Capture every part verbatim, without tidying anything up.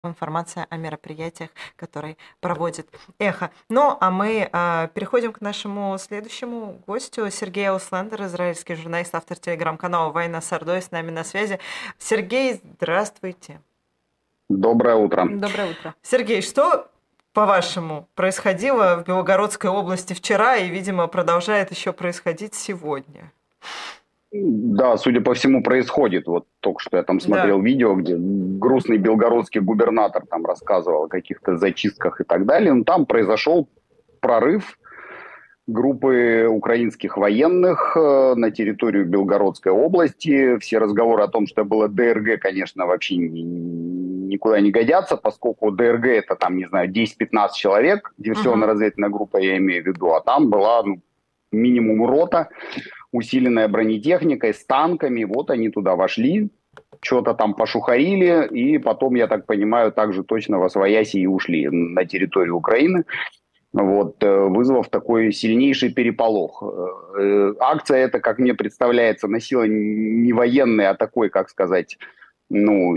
информация о мероприятиях, которые проводит «Эхо». Ну, а мы э, переходим к нашему следующему гостю. Сергей Ауслендер, израильский журналист, автор телеграм-канала «Война с Ордой», с нами на связи. Сергей, здравствуйте. Доброе утро. Доброе утро. Сергей, что, по-вашему, происходило в Белгородской области вчера и, видимо, продолжает еще происходить сегодня? Да, судя по всему, происходит. Вот только что я там смотрел Да. видео, где грустный белгородский губернатор там рассказывал о каких-то зачистках и так далее. Но там произошел прорыв группы украинских военных э, на территорию Белгородской области. Все разговоры о том, что было ДРГ, конечно, вообще ни- никуда не годятся, поскольку ДРГ это там, не знаю, десять-пятнадцать человек, диверсионно-разведывательная группа, я имею в виду, а там была ну, минимум рота, усиленная бронетехникой, с танками. Вот они туда вошли, что-то там пошухарили, и потом, я так понимаю, также точно восвояси и ушли на территорию Украины, вот, вызвав такой сильнейший переполох. Акция эта, как мне представляется, носила не военный, а такой, как сказать, ну,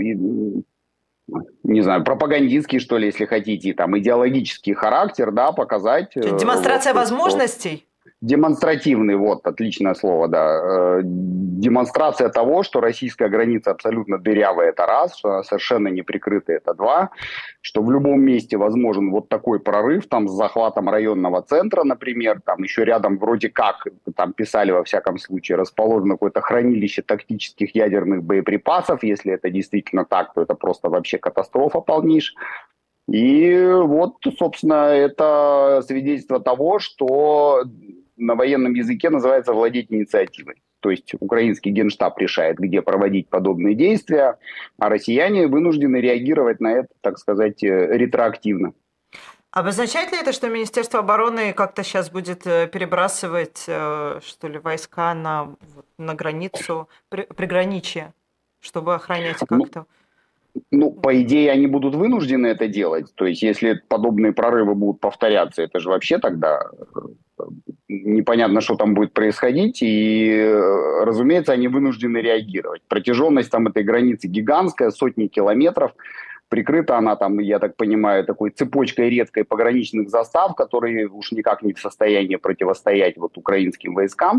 не знаю, пропагандистский, что ли, если хотите, там, идеологический характер, да, показать. Демонстрация вот, возможностей? Что... Демонстративный, вот, отличное слово, да. Демонстрация того, что российская граница абсолютно дырявая, это раз, что она совершенно не прикрыта, это два, что в любом месте возможен вот такой прорыв, там, с захватом районного центра, например, там еще рядом вроде как, там писали во всяком случае, расположено какое-то хранилище тактических ядерных боеприпасов. Если это действительно так, то это просто вообще катастрофа полнейшая. И вот, собственно, это свидетельство того, что на военном языке называется владеть инициативой. То есть украинский генштаб решает, где проводить подобные действия, а россияне вынуждены реагировать на это, так сказать, ретроактивно. Обозначает ли это, что Министерство обороны как-то сейчас будет перебрасывать, что ли, войска на, на границу, при, приграничье, чтобы охранять как-то? Ну, по идее, они будут вынуждены это делать. То есть, если подобные прорывы будут повторяться, это же вообще тогда непонятно, что там будет происходить. И, разумеется, они вынуждены реагировать. Протяженность там этой границы гигантская, сотни километров. Прикрыта она там, я так понимаю, такой цепочкой редкой пограничных застав, которые уж никак не в состоянии противостоять вот украинским войскам.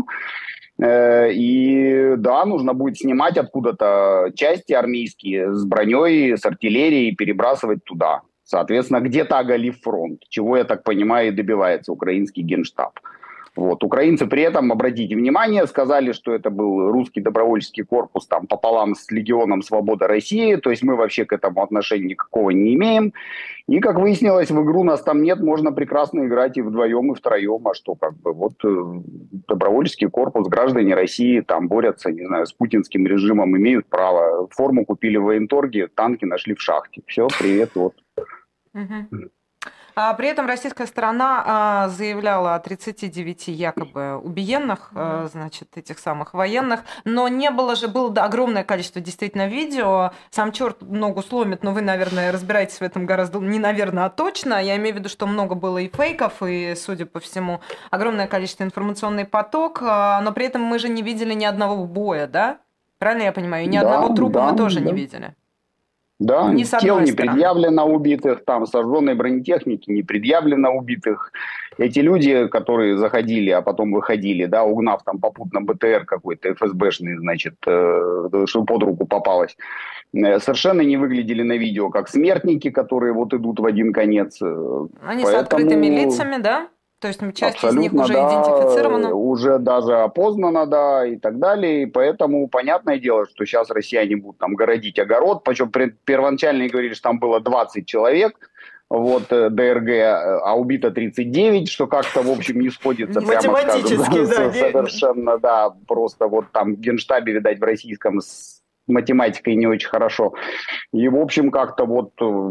И да, нужно будет снимать откуда-то части армейские с броней, с артиллерией и перебрасывать туда. Соответственно, где-то оголив фронт, чего, я так понимаю, и добивается украинский генштаб. Вот. Украинцы при этом, обратите внимание, сказали, что это был русский добровольческий корпус там, пополам с Легионом Свобода России, то есть мы вообще к этому отношения никакого не имеем. И, как выяснилось, в игру нас там нет, можно прекрасно играть и вдвоем, и втроем, а что, как бы, вот добровольческий корпус, граждане России там борются, не знаю, с путинским режимом, имеют право. Форму купили в военторге, танки нашли в шахте. Все, привет, вот. Угу. А при этом российская сторона а, заявляла о тридцати девяти якобы убиенных, а, значит, этих самых военных, но не было же, было да, огромное количество действительно видео, сам черт ногу сломит, но вы, наверное, разбираетесь в этом гораздо, не наверное, а точно, я имею в виду, что много было и фейков, и, судя по всему, огромное количество информационный поток, а, но при этом мы же не видели ни одного боя, да? Правильно я понимаю? И ни Да, одного трупа да, мы тоже да. не видели. Да, Ни с тел одной не стороны. предъявлено убитых, там сожженной бронетехники не предъявлено убитых. Эти люди, которые заходили, а потом выходили, да, угнав там попутно БТР какой-то, ФСБшный, значит, э, что под руку попалось, э, совершенно не выглядели на видео как смертники, которые вот идут в один конец. Они с открытыми Поэтому... лицами, да? То есть часть из них Абсолютно, уже да, идентифицирована? уже даже опознано, да, и так далее. И поэтому понятное дело, что сейчас россияне будут там городить огород. Причем первоначально говорили, что там было двадцать человек, вот, ДРГ, а убито тридцать девять, что как-то, в общем, не сходится, прямо скажем. Математически, да. Совершенно, да, просто вот там в Генштабе, видать, в российском с математикой не очень хорошо. И, в общем, как-то вот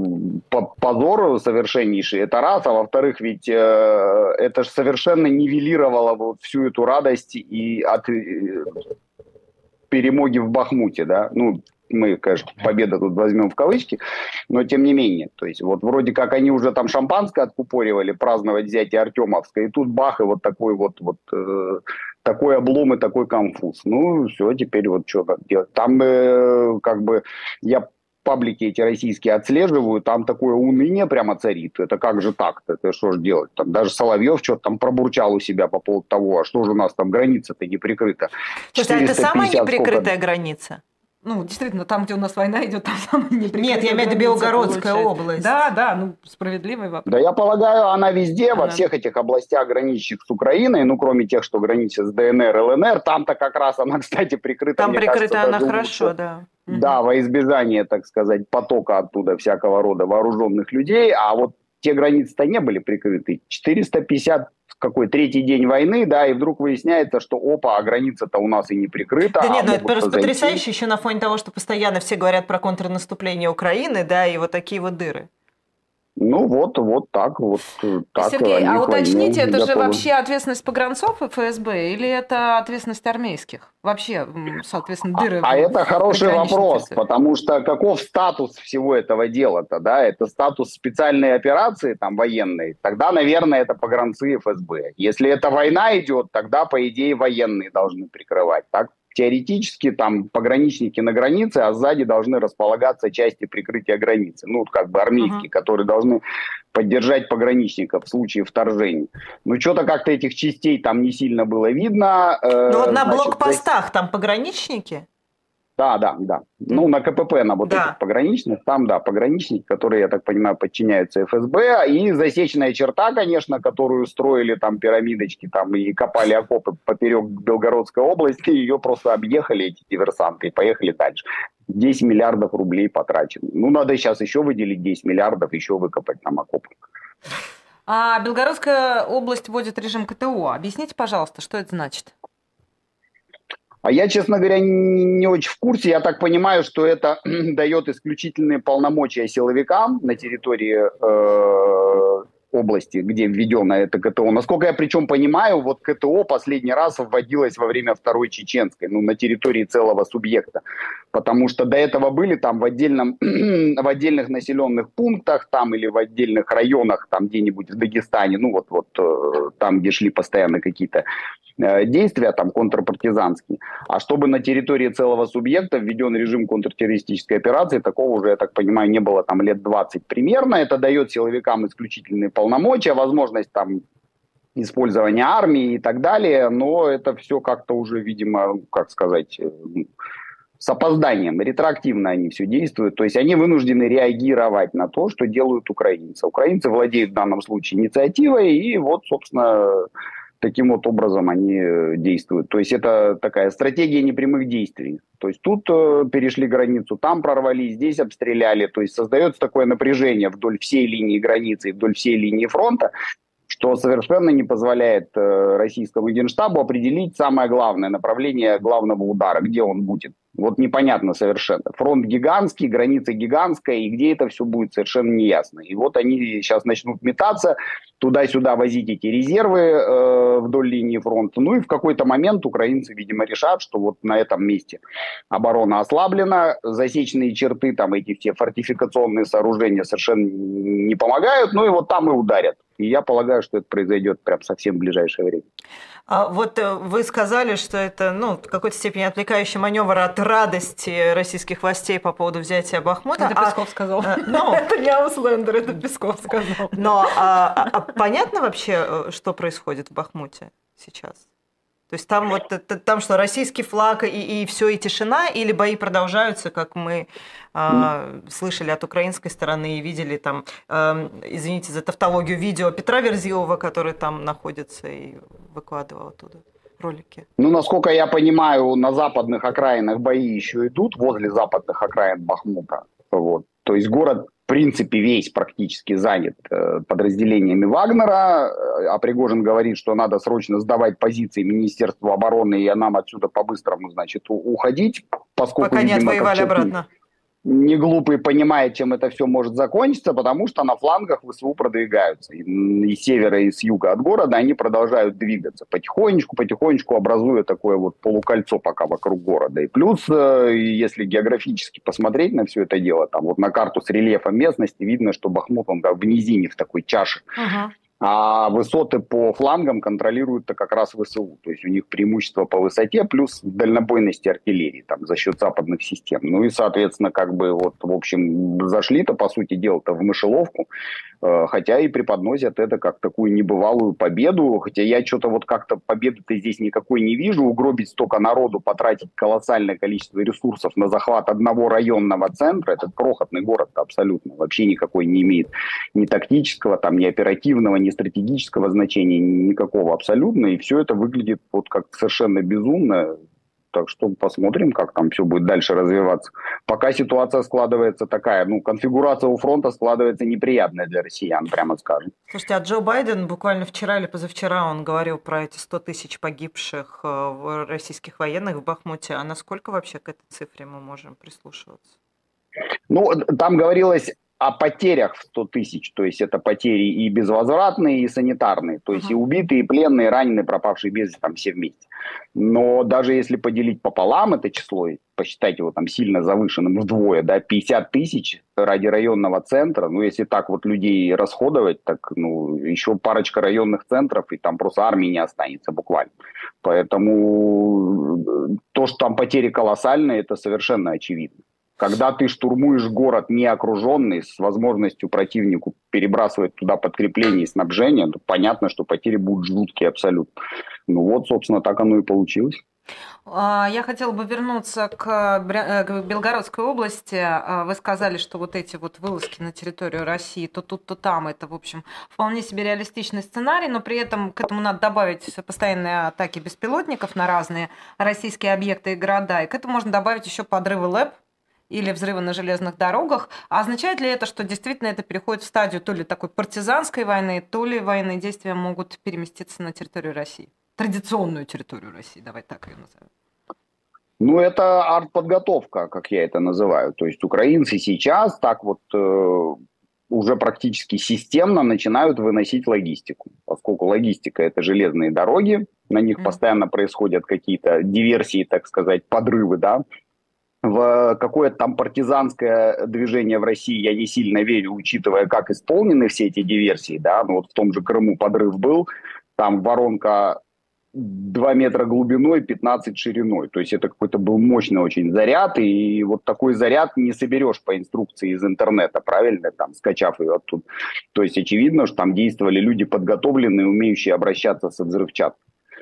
позор совершеннейший, это раз. А во-вторых, ведь э, это же совершенно нивелировало вот всю эту радость и от э, перемоги в Бахмуте, да. Ну, мы, конечно, победа тут возьмем в кавычки, но тем не менее. То есть вот вроде как они уже там шампанское откупоривали, праздновать взятие Артемовска, и тут бах, и вот такой вот, вот э, такой облом и такой конфуз. Ну, все, теперь вот что как делать. Там э, как бы я паблики эти российские отслеживаю, там такое уныние прямо царит. Это как же так-то? Это что же делать? Там даже Соловьев что-то там пробурчал у себя по поводу того, а что же у нас там граница-то не прикрыта. Слушай, а это самая неприкрытая граница? Ну, действительно, там, где у нас война идет, там самая неприкрытая. Нет, я имею в виду Белгородская область. Да, да, ну, справедливый вопрос. Да, я полагаю, она везде, она... во всех этих областях, граничащих с Украиной, ну, кроме тех, что граничат с ДНР, ЛНР, там-то как раз она, кстати, прикрыта. Там прикрыта кажется, она хорошо, лучше. Да. Да, во избежание, так сказать, потока оттуда всякого рода вооруженных людей, а вот те границы-то не были прикрыты. четыреста пятьдесят какой третий день войны, да, и вдруг выясняется, что опа, а граница-то у нас и не прикрыта. Да а нет, ну это просто зайти. Потрясающе еще на фоне того, что постоянно все говорят про контрнаступление Украины, да, и вот такие вот дыры. Ну вот, вот так, вот так. Сергей, а уточните, это готовы. Же вообще ответственность погранцов и ФСБ или это ответственность армейских? Вообще, соответственно, дыры. А, а это хороший вопрос, потому что каков статус всего этого дела-то, да? Это статус специальной операции, там, военной, тогда, наверное, это погранцы и ФСБ. Если это война идет, тогда, по идее, военные должны прикрывать, так? Теоретически там пограничники на границе, а сзади должны располагаться части прикрытия границы. Ну, как бы армейские, uh-huh. которые должны поддержать пограничников в случае вторжения. Ну, что-то как-то этих частей там не сильно было видно. Ну, вот на блокпостах там пограничники? Да, да, да. Ну, на КПП, на вот да. этих пограничных, там, да, пограничники, которые, я так понимаю, подчиняются ФСБ, и засечная черта, конечно, которую строили там пирамидочки, там, и копали окопы поперек Белгородской области, ее просто объехали, эти диверсанты, и поехали дальше. десять миллиардов рублей потрачено. Ну, надо сейчас еще выделить десять миллиардов, еще выкопать там окопы. А Белгородская область вводит режим КТО. Объясните, пожалуйста, что это значит? А я, честно говоря, не очень в курсе. Я так понимаю, что это дает исключительные полномочия силовикам на территории э, области, где введено это КТО. Насколько я причем понимаю, вот КТО последний раз вводилось во время Второй Чеченской, ну, на территории целого субъекта. Потому что до этого были там в, отдельном, в отдельных населенных пунктах там или в отдельных районах, там где-нибудь в Дагестане, ну вот, вот э, там, где шли постоянно какие-то действия там контрпартизанские, а чтобы на территории целого субъекта введен режим контртеррористической операции, такого уже, я так понимаю, не было там лет двадцать примерно. Это дает силовикам исключительные полномочия, возможность там использования армии и так далее, но это все как-то уже, видимо, как сказать, с опозданием, ретроактивно они все действуют, то есть они вынуждены реагировать на то, что делают украинцы. Украинцы владеют в данном случае инициативой, и вот, собственно, таким вот образом они действуют. То есть это такая стратегия непрямых действий. То есть тут э, перешли границу, там прорвались, здесь обстреляли. То есть создается такое напряжение вдоль всей линии границы и вдоль всей линии фронта, что совершенно не позволяет э, российскому генштабу определить самое главное направление главного удара, где он будет. Вот непонятно совершенно. Фронт гигантский, граница гигантская, и где это все будет, совершенно неясно. И вот они сейчас начнут метаться, туда-сюда возить эти резервы э, вдоль линии фронта. Ну и в какой-то момент украинцы, видимо, решат, что вот на этом месте оборона ослаблена, засечные черты, там эти все фортификационные сооружения совершенно не помогают, ну и вот там и ударят. И я полагаю, что это произойдет прям совсем в ближайшее время. А вот вы сказали, что это, ну, в какой-то степени отвлекающий маневр от радости российских властей по поводу взятия Бахмута. Это Песков а, сказал. А, ну, это не Ауслендер, это Песков сказал. Но а, а понятно вообще, что происходит в Бахмуте сейчас? То есть там вот там что, российский флаг и, и все, и тишина, или бои продолжаются, как мы э, слышали от украинской стороны и видели там, э, извините за тавтологию, видео Петра Верзилова, который там находится и выкладывал оттуда ролики. Ну, насколько я понимаю, на западных окраинах бои еще идут, возле западных окраин Бахмута. Вот. То есть город в принципе весь практически занят э, подразделениями Вагнера, а Пригожин говорит, что надо срочно сдавать позиции Министерству обороны и нам отсюда по-быстрому, значит, уходить, поскольку, пока не видимо, отвоевали обратно. Не глупый понимает, чем это все может закончиться, потому что на флангах ВСУ продвигаются. И, и с севера, и с юга от города они продолжают двигаться потихонечку, потихонечку образуя такое вот полукольцо пока вокруг города. И плюс, если географически посмотреть на все это дело, там вот на карту с рельефом местности видно, что Бахмут, он да, в низине, в такой чаше. Uh-huh. А высоты по флангам контролируют-то как раз ВСУ. То есть у них преимущество по высоте плюс дальнобойности артиллерии там, за счет западных систем. Ну и, соответственно, как бы вот, в общем, зашли-то, по сути дела-то, в мышеловку. Хотя и преподносят это как такую небывалую победу. Хотя я что-то вот как-то победы-то здесь никакой не вижу. Угробить столько народу, потратить колоссальное количество ресурсов на захват одного районного центра. Этот крохотный город абсолютно вообще никакой не имеет ни тактического, там, ни оперативного, ни стратегического значения, никакого абсолютно. И все это выглядит вот как совершенно безумно. Так что посмотрим, как там все будет дальше развиваться. Пока ситуация складывается такая, ну, конфигурация у фронта складывается неприятная для россиян, прямо скажем. Слушайте, а Джо Байден буквально вчера или позавчера он говорил про эти сто тысяч погибших российских военных в Бахмуте. А насколько вообще к этой цифре мы можем прислушиваться? Ну, там говорилось о потерях в сто тысяч, то есть это потери и безвозвратные, и санитарные, то есть uh-huh. и убитые, и пленные, и раненые, пропавшие без вести, там все вместе. Но даже если поделить пополам это число, и посчитать его там сильно завышенным вдвое, да, пятьдесят тысяч ради районного центра, ну, если так вот людей расходовать, так, ну, еще парочка районных центров, и там просто армии не останется буквально. Поэтому то, что там потери колоссальные, это совершенно очевидно. Когда ты штурмуешь город не окруженный, с возможностью противнику перебрасывать туда подкрепление и снабжение, то понятно, что потери будут жуткие абсолютно. Ну вот, собственно, так оно и получилось. Я хотела бы вернуться к Белгородской области. Вы сказали, что вот эти вот вылазки на территорию России то тут, то там, это, в общем, вполне себе реалистичный сценарий, но при этом к этому надо добавить постоянные атаки беспилотников на разные российские объекты и города, и к этому можно добавить еще подрывы ЛЭП или взрывы на железных дорогах. А означает ли это, что действительно это переходит в стадию то ли такой партизанской войны, то ли военные действия могут переместиться на территорию России? Традиционную территорию России, давай так ее назовем. Ну, это артподготовка, как я это называю. То есть украинцы сейчас так вот э, уже практически системно начинают выносить логистику. Поскольку логистика – это железные дороги, на них mm. постоянно происходят какие-то диверсии, так сказать, подрывы, да, в какое-то там партизанское движение в России я не сильно верю, учитывая, как исполнены все эти диверсии, да, ну вот в том же Крыму подрыв был, там воронка два метра глубиной, пятнадцать шириной, то есть это какой-то был мощный очень заряд, и вот такой заряд не соберешь по инструкции из интернета, правильно, там, скачав ее оттуда. То есть очевидно, что там действовали люди подготовленные, умеющие обращаться со взрывчаткой.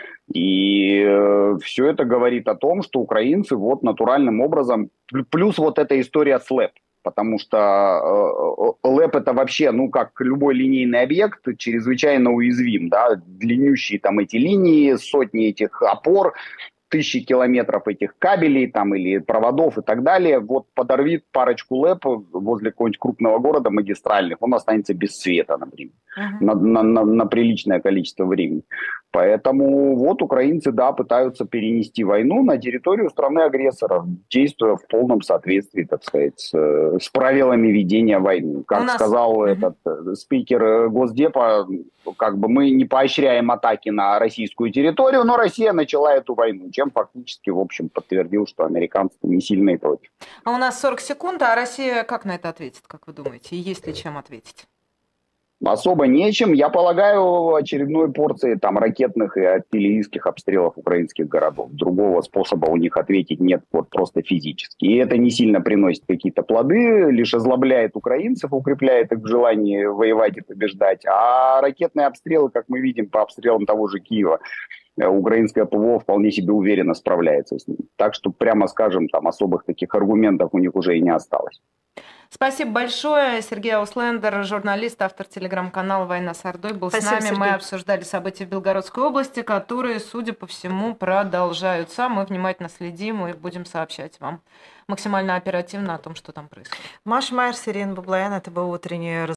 И э, все это говорит о том, что украинцы вот натуральным образом, плюс вот эта история с ЛЭП, потому что э, ЛЭП это вообще, ну как любой линейный объект, чрезвычайно уязвим, да, длиннющие там эти линии, сотни этих опор, тысячи километров этих кабелей там или проводов и так далее, вот подорвит парочку ЛЭП возле какого-нибудь крупного города магистральных, он останется без света, например, uh-huh. на, на, на, на приличное количество времени. Поэтому вот украинцы, да, пытаются перенести войну на территорию страны-агрессора, действуя в полном соответствии, так сказать, с, с правилами ведения войны. Как нас... сказал uh-huh. этот спикер Госдепа, как бы мы не поощряем атаки на российскую территорию, но Россия начала эту войну, чем фактически, в общем, подтвердил, что американцы не сильно и против. А у нас сорок секунд, а Россия как на это ответит, как вы думаете? И есть ли чем ответить? Особо нечем. Я полагаю, очередной порции там ракетных и артиллерийских обстрелов украинских городов. Другого способа у них ответить нет вот просто физически. И это не сильно приносит какие-то плоды, лишь озлобляет украинцев, укрепляет их в желании воевать и побеждать. А ракетные обстрелы, как мы видим по обстрелам того же Киева, украинское ПВО вполне себе уверенно справляется с ним. Так что, прямо скажем, там особых таких аргументов у них уже и не осталось. Спасибо большое. Сергей Ауслендер, журналист, автор телеграм-канала «Война с Ордой», был Спасибо, с нами. Сергей. Мы обсуждали события в Белгородской области, которые, судя по всему, продолжаются. Мы внимательно следим и будем сообщать вам максимально оперативно о том, что там происходит. Маша Майер, Ирина Баблоян, это был утренний разговор.